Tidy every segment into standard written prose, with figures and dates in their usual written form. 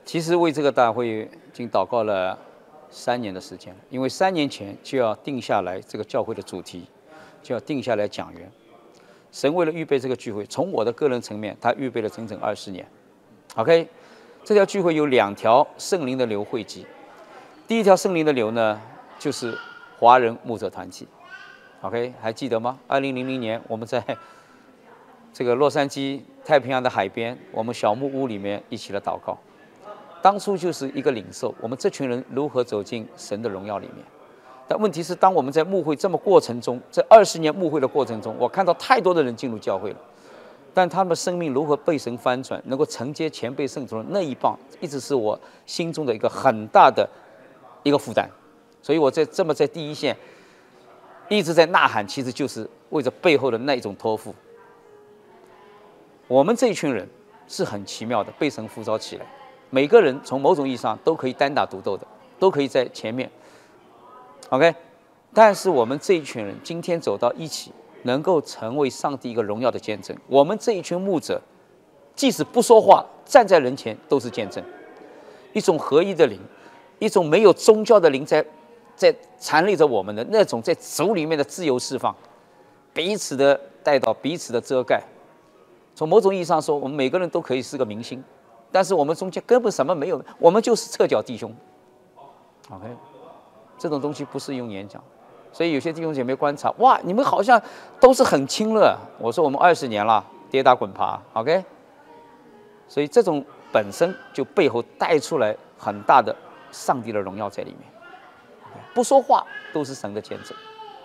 其实为这个大会已经祷告了3年的时间，因为3年前就要定下来这个教会的主题，就要定下来讲员。神为了预备这个聚会，从我的个人层面，他预备了整整20年。OK， 这条聚会有2条圣灵的流汇集。第一条圣灵的流呢，就是华人牧者团体。OK， 还记得吗？2000年我们在这个洛杉矶太平洋的海边，我们小木屋里面一起来祷告。当初就是一个领受，我们这群人如何走进神的荣耀里面。但问题是，当我们在牧会这么过程中，这20年牧会的过程中，我看到太多的人进入教会了，但他们的生命如何被神翻转，能够承接前辈圣徒的那一棒，一直是我心中的一个很大的一个负担。所以我在第一线一直在呐喊，其实就是为着背后的那一种托付。我们这一群人是很奇妙的，被神呼召起来。每个人从某种意义上都可以单打独斗的，都可以在前面 ，OK。但是我们这一群人今天走到一起，能够成为上帝一个荣耀的见证。我们这一群牧者，即使不说话，站在人前都是见证。一种合一的灵，一种没有宗教的灵在缠累着我们的那种在主里面的自由释放，彼此的带到，彼此的遮盖。从某种意义上说，我们每个人都可以是个明星。但是我们中间根本什么没有，我们就是侧脚弟兄 ，OK， 这种东西不是用演讲，所以有些弟兄姐妹观察，哇，你们好像都是很亲热。我说我们20年了，跌打滚爬 ，OK， 所以这种本身就背后带出来很大的上帝的荣耀在里面，不说话都是神的见证。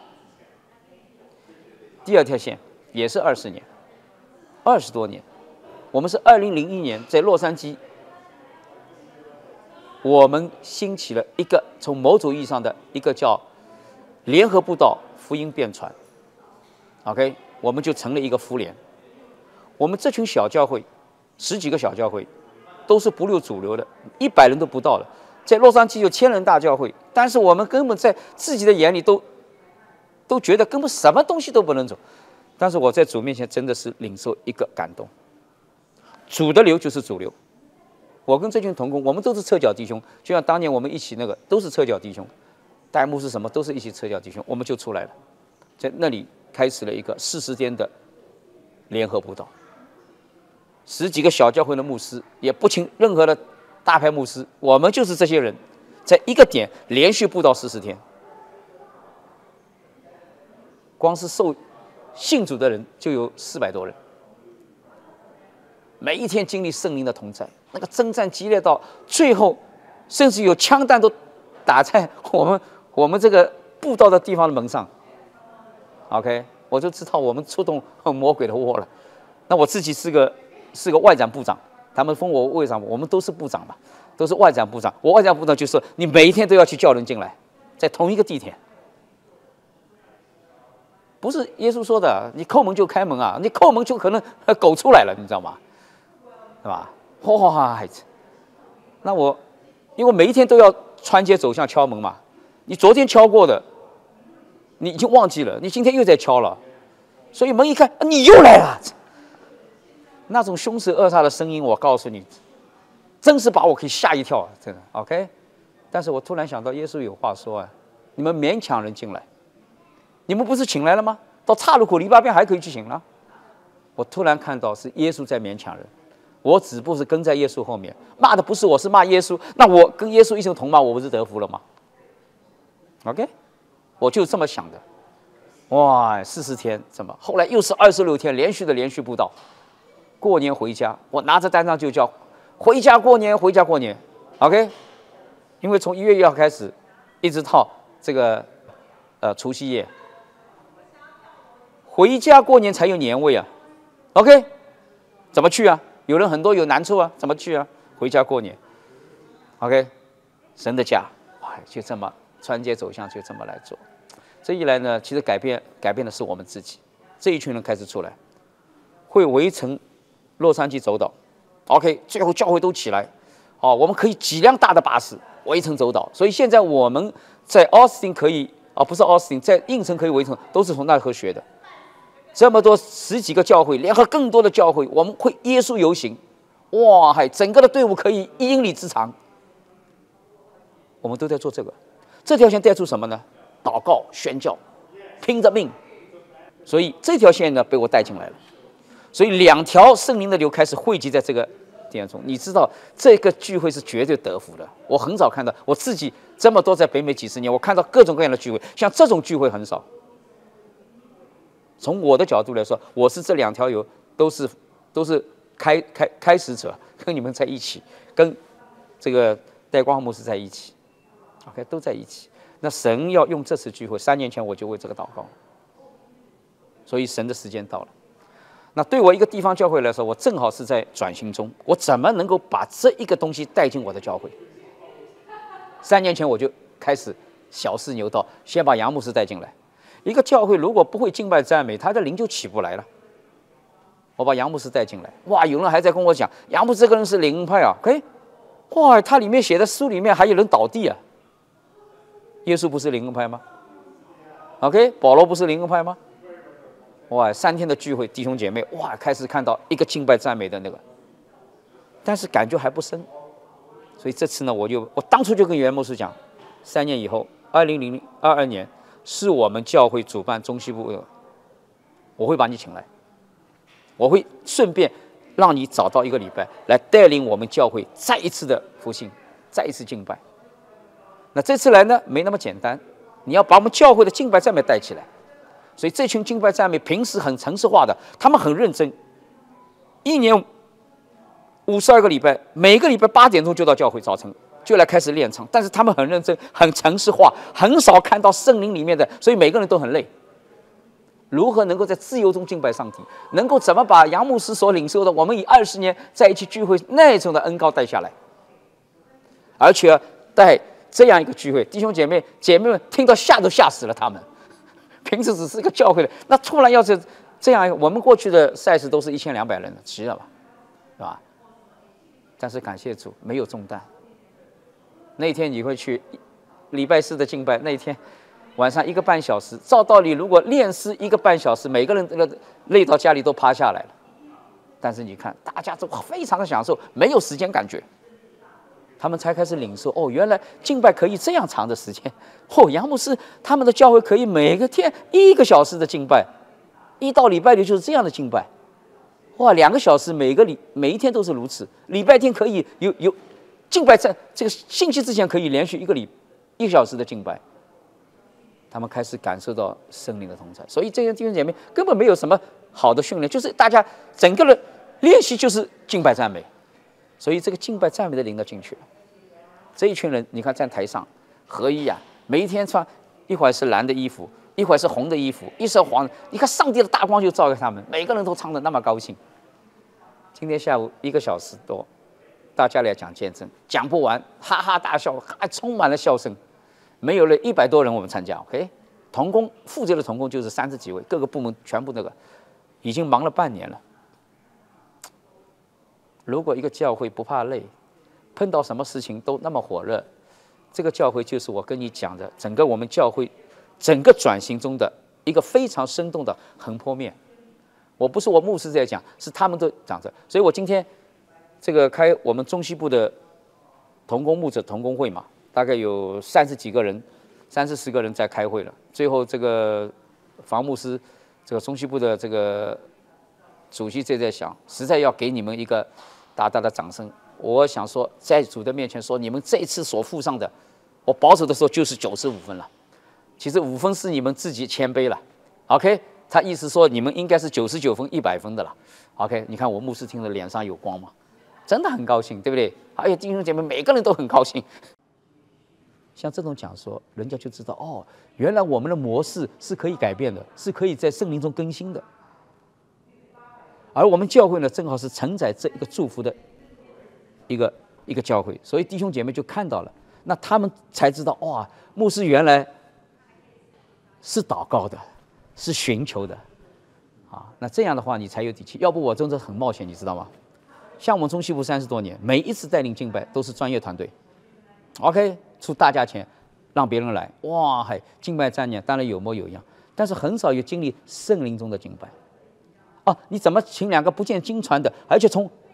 第2条线也是20年，20多年。我们是2001年在洛杉矶，我们兴起了一个从某种意义上的一个叫联合布道福音便传 ，OK， 我们就成了一个福联。我们这群小教会，10几个小教会，都是不入主流的，100人都不到了。在洛杉矶有1000人大教会，但是我们根本在自己的眼里都觉得根本什么东西都不能走。但是我在主面前真的是领受一个感动。主的流就是主流，我跟这群同工，我们都是侧脚弟兄，就像当年我们一起那个都是侧脚弟兄，代幕是什么，都是一起侧脚弟兄，我们就出来了，在那里开始了一个40天的联合布道，10几个小教会的牧师，也不请任何的大牌牧师，我们就是这些人，在一个点连续布道40天，光是信主的人就有400多人。每一天经历圣灵的同在，那个征战激烈到最后，甚至有枪弹都打在我们这个布道的地方的门上。OK， 我就知道我们触动魔鬼的窝了。那我自己是个外长部长，他们封我外长，我们都是部长嘛，都是外长部长。我外长部长就说，你每一天都要去叫人进来，在同一个地点。不是耶稣说的，你叩门就开门啊，你叩门就可能狗出来了，你知道吗？是吧？哇，那因为每一天都要穿街走巷敲门嘛，你昨天敲过的，你已经忘记了，你今天又在敲了，所以门一看，你又来了，那种凶神恶煞的声音，我告诉你，真是把我可以吓一跳，真的 OK。但是我突然想到，耶稣有话说啊，你们勉强人进来，你们不是请来了吗？到岔路口篱笆边还可以去请了。我突然看到是耶稣在勉强人。我只不过是跟在耶稣后面，骂的不是我，是骂耶稣。那我跟耶稣一声同骂，我不是得福了吗 ？OK， 我就这么想的。哇，40天怎么？后来又是26天连续布道。过年回家，我拿着单张就叫回家过年，回家过年。OK， 因为从1月1号开始，一直到这个除夕夜，回家过年才有年味啊。OK， 怎么去啊？有人很多有难处啊，怎么去啊？回家过年 ，OK， 神的家，就这么穿街走巷，就这么来做。这一来呢，其实改变的是我们自己。这一群人开始出来，会围城洛杉矶走岛 ，OK， 最后教会都起来，我们可以几辆大的巴士围城走岛。所以现在我们在 Austin 可以，不是 Austin， 在应城可以围城，都是从那河学的。这么多10几个教会，联合更多的教会，我们会耶稣游行， 哇，还整个的队伍可以1英里之长。我们都在做这个，这条线带出什么呢？祷告、宣教，拼着命。所以这条线呢被我带进来了。所以2条圣灵的流开始汇集在这个点中。你知道这个聚会是绝对得福的。我很少看到，我自己这么多在北美几十年，我看到各种各样的聚会，像这种聚会很少。从我的角度来说，我是这2条流都是开始者，跟你们在一起，跟这个戴光牧师在一起。OK， 都在一起。那神要用这次聚会，3年前我就为这个祷告，所以神的时间到了。那对我一个地方教会来说，我正好是在转型中，我怎么能够把这一个东西带进我的教会？3年前我就开始小试牛刀，先把杨牧师带进来。一个教会如果不会敬拜赞美，他的灵就起不来了。我把杨牧师带进来，哇，有人还在跟我讲，杨牧师这个人是灵恩派啊，哇，他里面写的书里面还有人倒地啊。耶稣不是灵恩派吗 ？OK， 保罗不是灵恩派吗？哇，3天的聚会，弟兄姐妹，哇，开始看到一个敬拜赞美的那个，但是感觉还不深，所以这次呢，我当初就跟袁牧师讲，3年以后，2022年是我们教会主办中西部的，我会把你请来，我会顺便让你找到1个礼拜来带领我们教会再一次的复兴，再一次敬拜。那这次来呢，没那么简单，你要把我们教会的敬拜赞美带起来。所以这群敬拜赞美平时很程式化的，他们很认真，1年52个礼拜，每个礼拜8点钟就到教会，早晨就来开始练唱。但是他们很认真，很程式化，很少看到圣灵里面的，所以每个人都很累。如何能够在自由中敬拜上帝？能够怎么把杨牧师所领受的，我们以20年在一起聚会那种的恩膏带下来，而且带这样一个聚会，弟兄姐妹们听到都吓死了他们。平时只是一个教会的，那突然要是这样，我们过去的赛事都是1200人的，齐了吧，是吧？但是感谢主，没有重担。那天你会去礼拜4的敬拜，那一天晚上1个半小时，照道理如果练诗1个半小时，每个人累到家里都趴下来了。但是你看，大家都非常的享受，没有时间感觉。他们才开始领受哦，原来敬拜可以这样长的时间。杨牧师他们的教会可以每个天1个小时的敬拜，1到礼拜6就是这样的敬拜。哇，2个小时每一天都是如此。礼拜天可以有敬拜，在这个星期之前可以连续1个小时的敬拜。他们开始感受到圣灵的同在，所以这些弟兄姐妹根本没有什么好的训练，就是大家整个的练习就是敬拜赞美。所以这个敬拜赞美的灵都进去了。这一群人，你看站台上合一啊，每一天穿一会儿是蓝的衣服，一会儿是红的衣服，一身黄的。你看上帝的大光就照给他们，每个人都唱得那么高兴。今天下午1个小时多，大家来讲见证，讲不完，哈哈大笑，还充满了笑声。没有了100多人我们参加 ，OK？ 同工负责的同工就是30几位，各个部门全部已经忙了半年了。如果一个教会不怕累，碰到什么事情都那么火热，这个教会就是我跟你讲的整个我们教会整个转型中的一个非常生动的横坡面。我不是我牧师在讲，是他们都讲着。所以我今天这个开我们中西部的同工牧者同工会嘛，大概有30几个人，30-40个人在开会了。最后这个房牧师，这个中西部的这个主席在想，实在要给你们一个大大的掌声。我想说，在主的面前说，你们这一次所付上的，我保守的说就是95分了。其实5分是你们自己谦卑了 ，OK？ 他意思说你们应该是99分、100分的了 ，OK？ 你看我牧师听了脸上有光吗？真的很高兴，对不对？还有弟兄姐妹，每个人都很高兴。像这种讲说，人家就知道哦，原来我们的模式是可以改变的，是可以在圣灵中更新的。而我们教会呢，正好是承载这一个祝福的一个教会，所以弟兄姐妹就看到了，那他们才知道哇，牧师原来是祷告的，是寻求的，啊，那这样的话你才有底气。要不我真的很冒险，你知道吗？像我们中西部30多年，每一次带领敬拜都是专业团队 ，OK， 出大价钱让别人来，哇，还敬拜3年，当然有模有样，但是很少有经历圣灵中的敬拜。哦，你怎么请2个不见经传的，而且从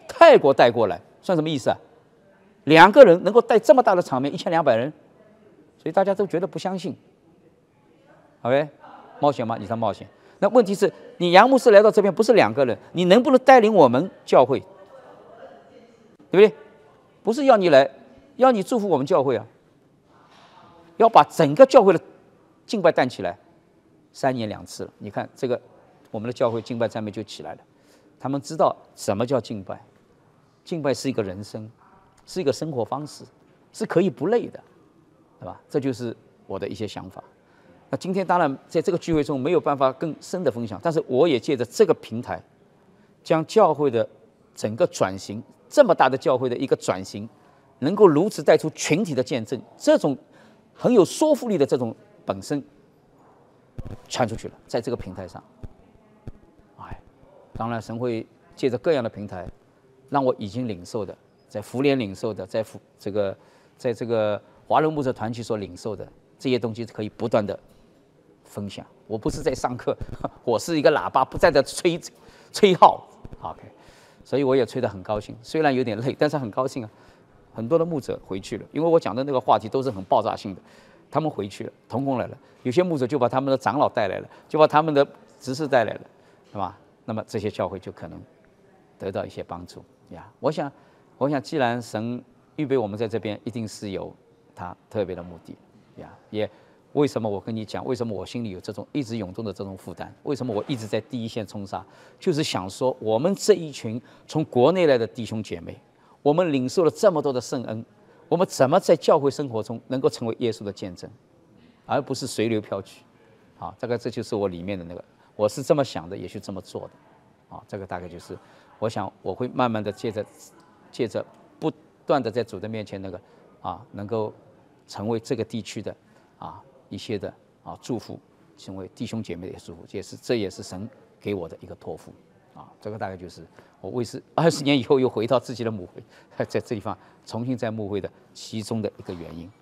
泰国带过来，算什么意思啊？2个人能够带这么大的场面，1200人，所以大家都觉得不相信。OK， 冒险吗？你在冒险。那问题是你杨牧师来到这边不是2个人，你能不能带领我们教会？对不对？不是要你来，要你祝福我们教会啊，要把整个教会的敬拜带起来。3年2次了，你看这个我们的教会敬拜赞美就起来了。他们知道什么叫敬拜，敬拜是一个人生，是一个生活方式，是可以不累的，对吧？这就是我的一些想法。那今天当然在这个聚会中没有办法更深的分享，但是我也借着这个平台，将教会的整个转型，这么大的教会的一个转型，能够如此带出群体的见证，这种很有说服力的这种本身传出去了，在这个平台上，当然神会借着各样的平台，让我已经领受的，在福联领受的，在这个华人牧者团体所领受的这些东西，可以不断的分享。我不是在上课，我是一个喇叭，不在这吹号 ，OK， 所以我也吹得很高兴，虽然有点累，但是很高兴啊。很多的牧者回去了，因为我讲的那个话题都是很爆炸性的，他们回去了，同工来了，有些牧者就把他们的长老带来了，就把他们的执事带来了，是吧？那么这些教会就可能得到一些帮助呀。我想，既然神预备我们在这边，一定是有他特别的目的呀。也为什么我跟你讲，为什么我心里有这种一直涌动的这种负担？为什么我一直在第一线冲杀？就是想说，我们这一群从国内来的弟兄姐妹，我们领受了这么多的圣恩，我们怎么在教会生活中能够成为耶稣的见证，而不是随流飘去？啊，大概这就是我里面的那个。我是这么想的，也是这么做的，这个大概就是，我想我会慢慢的借着不断的在主的面前能够成为这个地区的一些的祝福，成为弟兄姐妹的祝福，这也是神给我的一个托付这个大概就是我为是20年以后又回到自己的母会，在这地方重新在牧会的其中的一个原因。